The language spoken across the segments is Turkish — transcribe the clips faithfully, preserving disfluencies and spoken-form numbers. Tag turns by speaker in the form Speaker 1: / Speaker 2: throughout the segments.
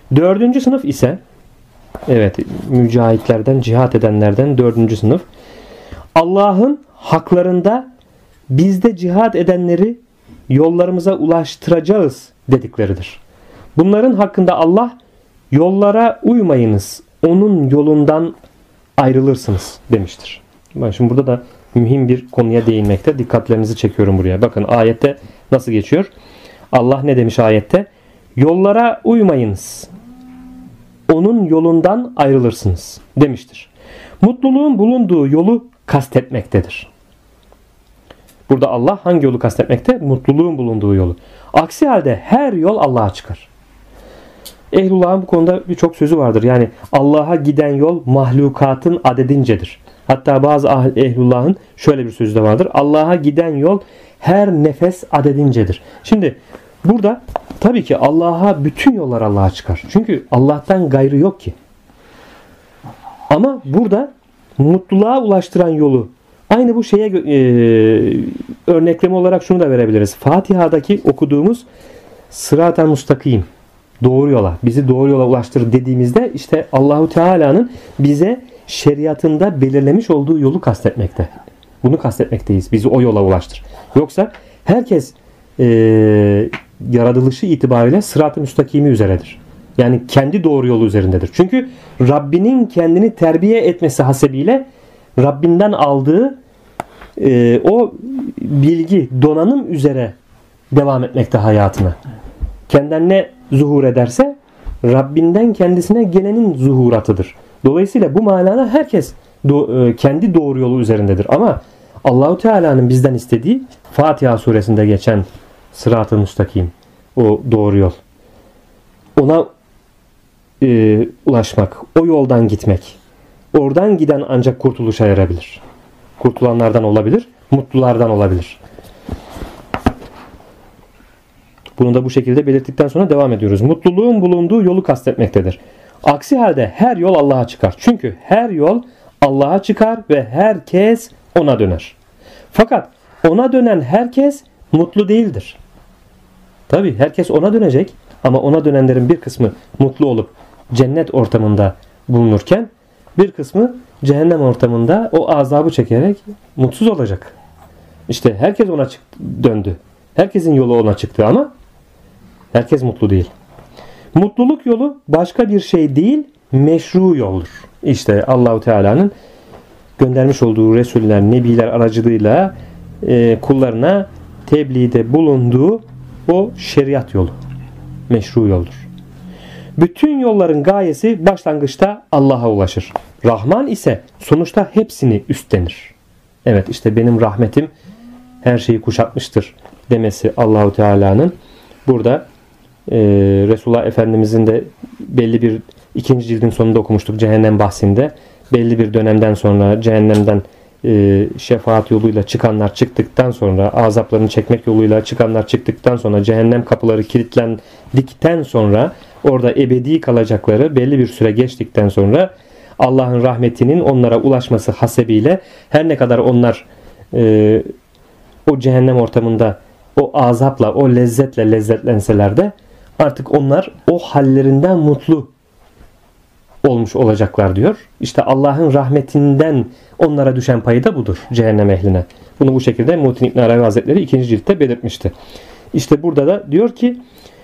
Speaker 1: Dördüncü sınıf ise, evet, mücahitlerden, cihat edenlerden dördüncü sınıf, Allah'ın haklarında biz de cihat edenleri yollarımıza ulaştıracağız dedikleridir. Bunların hakkında Allah, yollara uymayınız, onun yolundan ayrılırsınız demiştir. Ben şimdi burada da mühim bir konuya değinmekte. Dikkatlerinizi çekiyorum buraya. Bakın ayette nasıl geçiyor? Allah ne demiş ayette? Yollara uymayınız, onun yolundan ayrılırsınız demiştir. Mutluluğun bulunduğu yolu kastetmektedir. Burada Allah hangi yolu kastetmekte? Mutluluğun bulunduğu yolu. Aksi halde her yol Allah'a çıkar. Ehlullah'ın bu konuda birçok sözü vardır. Yani Allah'a giden yol mahlukatın adedincedir. Hatta bazı ehlullah'ın şöyle bir sözü de vardır. Allah'a giden yol her nefes adedincedir. Şimdi burada tabii ki Allah'a, bütün yollar Allah'a çıkar. Çünkü Allah'tan gayrı yok ki. Ama burada mutluluğa ulaştıran yolu, aynı bu şeye e, örnekleme olarak şunu da verebiliriz. Fatiha'daki okuduğumuz sırat-ı mustakim, doğru yola, bizi doğru yola ulaştır dediğimizde işte Allahu Teala'nın bize şeriatında belirlemiş olduğu yolu kastetmekte. Bunu kastetmekteyiz. Bizi o yola ulaştır. Yoksa herkes e, yaratılışı itibariyle sırat-ı müstakimi üzeredir. Yani kendi doğru yolu üzerindedir. Çünkü Rabbinin kendini terbiye etmesi hasebiyle Rabbinden aldığı e, o bilgi, donanım üzere devam etmekte hayatına. Kendinden ne zuhur ederse Rabbinden kendisine gelenin zuhuratıdır. Dolayısıyla bu manada herkes do- e, kendi doğru yolu üzerindedir. Ama Allahu Teala'nın bizden istediği Fatiha suresinde geçen sırat-ı müstakim, o doğru yol. Ona e, ulaşmak, o yoldan gitmek. Oradan giden ancak kurtuluşa erebilir. Kurtulanlardan olabilir, mutlulardan olabilir. Bunu da bu şekilde belirttikten sonra devam ediyoruz. Mutluluğun bulunduğu yolu kastetmektedir. Aksi halde her yol Allah'a çıkar. Çünkü her yol Allah'a çıkar ve herkes ona döner. Fakat ona dönen herkes mutlu değildir. Tabii herkes ona dönecek ama ona dönenlerin bir kısmı mutlu olup cennet ortamında bulunurken bir kısmı cehennem ortamında o azabı çekerek mutsuz olacak. İşte herkes ona çıktı, döndü. Herkesin yolu ona çıktı ama herkes mutlu değil. Mutluluk yolu başka bir şey değil, meşru yoldur. İşte Allahu Teala'nın göndermiş olduğu Resuller, Nebiler aracılığıyla e, kullarına tebliğde bulunduğu o şeriat yolu. Meşru yoldur. Bütün yolların gayesi başlangıçta Allah'a ulaşır. Rahman ise sonuçta hepsini üstlenir. Evet, işte benim rahmetim her şeyi kuşatmıştır demesi Allahu Teala'nın. Burada e, Resulullah Efendimizin de belli bir ikinci cildin sonunda okumuştuk cehennem bahsinde. Belli bir dönemden sonra cehennemden e, şefaat yoluyla çıkanlar çıktıktan sonra, azaplarını çekmek yoluyla çıkanlar çıktıktan sonra, cehennem kapıları kilitlendikten sonra, orada ebedi kalacakları belli bir süre geçtikten sonra Allah'ın rahmetinin onlara ulaşması hasebiyle her ne kadar onlar e, o cehennem ortamında o azapla, o lezzetle lezzetlenseler de artık onlar o hallerinden mutlu olmuş olacaklar diyor. İşte Allah'ın rahmetinden onlara düşen payı da budur cehennem ehline. Bunu bu şekilde Muhittin İbn Arabi Hazretleri ikinci ciltte belirtmişti. İşte burada da diyor ki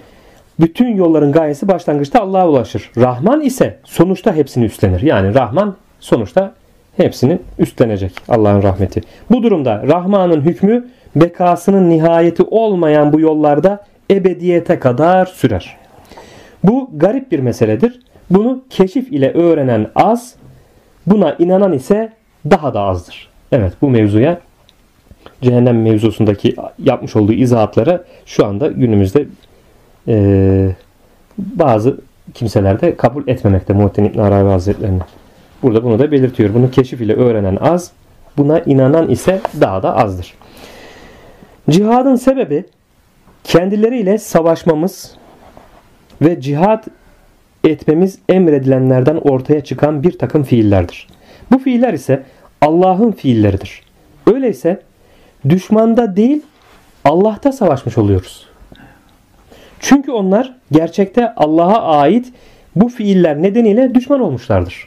Speaker 1: bütün yolların gayesi başlangıçta Allah'a ulaşır. Rahman ise sonuçta hepsini üstlenir. Yani Rahman sonuçta hepsini üstlenecek, Allah'ın rahmeti. Bu durumda Rahman'ın hükmü bekasının nihayeti olmayan bu yollarda ebediyete kadar sürer. Bu garip bir meseledir. Bunu keşif ile öğrenen az, buna inanan ise daha da azdır. Evet, bu mevzuya, cehennem mevzusundaki yapmış olduğu izahatlara şu anda günümüzde e, bazı kimseler de kabul etmemekte Muhittin İbn Arabi Hazretleri'ni. Burada bunu da belirtiyor. Bunu keşif ile öğrenen az, buna inanan ise daha da azdır. Cihadın sebebi kendileriyle savaşmamız ve cihad etmemiz emredilenlerden ortaya çıkan bir takım fiillerdir. Bu fiiller ise Allah'ın fiilleridir. Öyleyse düşmanda değil Allah'ta savaşmış oluyoruz. Çünkü onlar gerçekte Allah'a ait bu fiiller nedeniyle düşman olmuşlardır.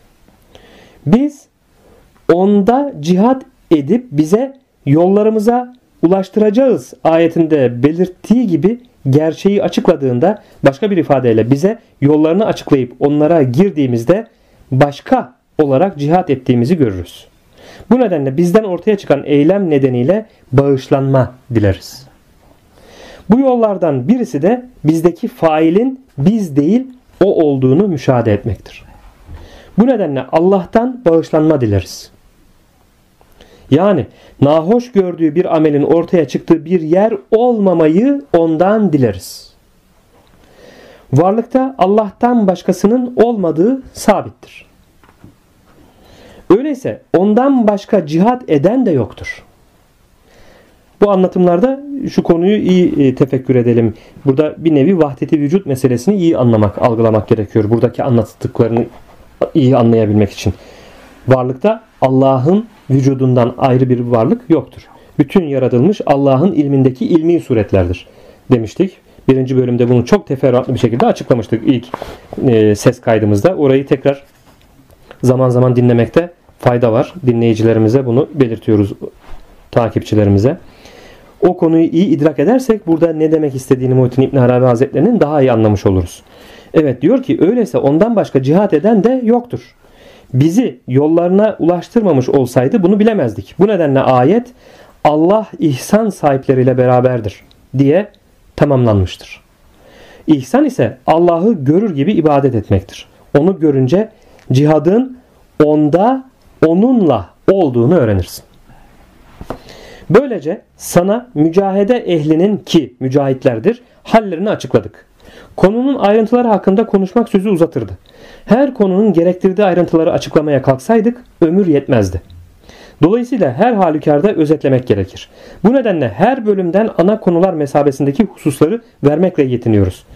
Speaker 1: Biz onda cihat edip bize yollarımıza ulaştıracağız ayetinde belirttiği gibi gerçeği açıkladığında, başka bir ifadeyle bize yollarını açıklayıp onlara girdiğimizde başka olarak cihat ettiğimizi görürüz. Bu nedenle bizden ortaya çıkan eylem nedeniyle bağışlanma dileriz. Bu yollardan birisi de bizdeki failin biz değil o olduğunu müşahede etmektir. Bu nedenle Allah'tan bağışlanma dileriz. Yani nahoş gördüğü bir amelin ortaya çıktığı bir yer olmamayı ondan dileriz. Varlıkta Allah'tan başkasının olmadığı sabittir. Öyleyse ondan başka cihat eden de yoktur. Bu anlatımlarda şu konuyu iyi tefekkür edelim. Burada bir nevi vahdeti vücut meselesini iyi anlamak, algılamak gerekiyor. Buradaki anlattıklarını iyi anlayabilmek için. Varlıkta Allah'ın vücudundan ayrı bir varlık yoktur. Bütün yaratılmış Allah'ın ilmindeki ilmi suretlerdir demiştik. Birinci bölümde bunu çok teferruatlı bir şekilde açıklamıştık ilk e, ses kaydımızda. Orayı tekrar zaman zaman dinlemekte fayda var. Dinleyicilerimize bunu belirtiyoruz, takipçilerimize. O konuyu iyi idrak edersek burada ne demek istediğini Muhittin İbn Arabi Hazretleri'nin daha iyi anlamış oluruz. Evet, diyor ki öyleyse ondan başka cihat eden de yoktur. Bizi yollarına ulaştırmamış olsaydı bunu bilemezdik. Bu nedenle ayet Allah ihsan sahipleriyle beraberdir diye tamamlanmıştır. İhsan ise Allah'ı görür gibi ibadet etmektir. Onu görünce cihadın onda, onunla olduğunu öğrenirsin. Böylece sana mücahede ehlinin, ki mücahitlerdir, hallerini açıkladık. Konunun ayrıntıları hakkında konuşmak sözü uzatırdı. Her konunun gerektirdiği ayrıntıları açıklamaya kalksaydık ömür yetmezdi. Dolayısıyla her halükarda özetlemek gerekir. Bu nedenle her bölümden ana konular mesabesindeki hususları vermekle yetiniyoruz.